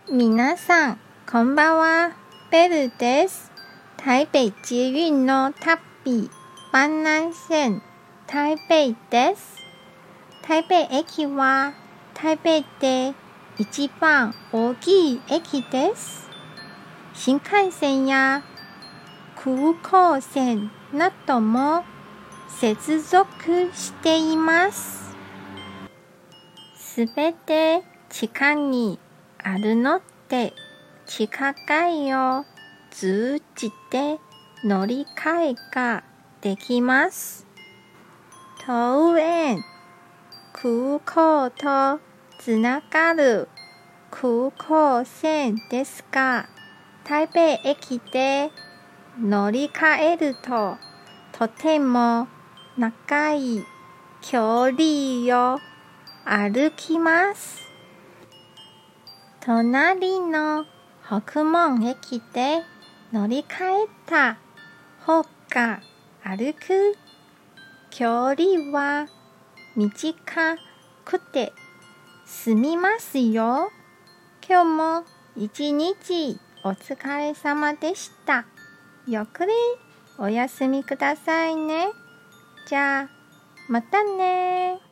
皆さん、こんばんは。ベルです。台北捷運の旅、板南線、台北です。台北駅は台北で一番大きい駅です。新幹線や空港線なども接続しています。すべて地下にあるので、地下街を通じて乗り換えができます。桃園空港とつながる空港線ですが、台北駅で乗り換えるととても長い距離を歩きます。隣の北門駅で乗り換えた方が歩く距離は短くて済みますよ。今日も一日お疲れ様でした。ゆっくりお休みくださいね。じゃあ、またね。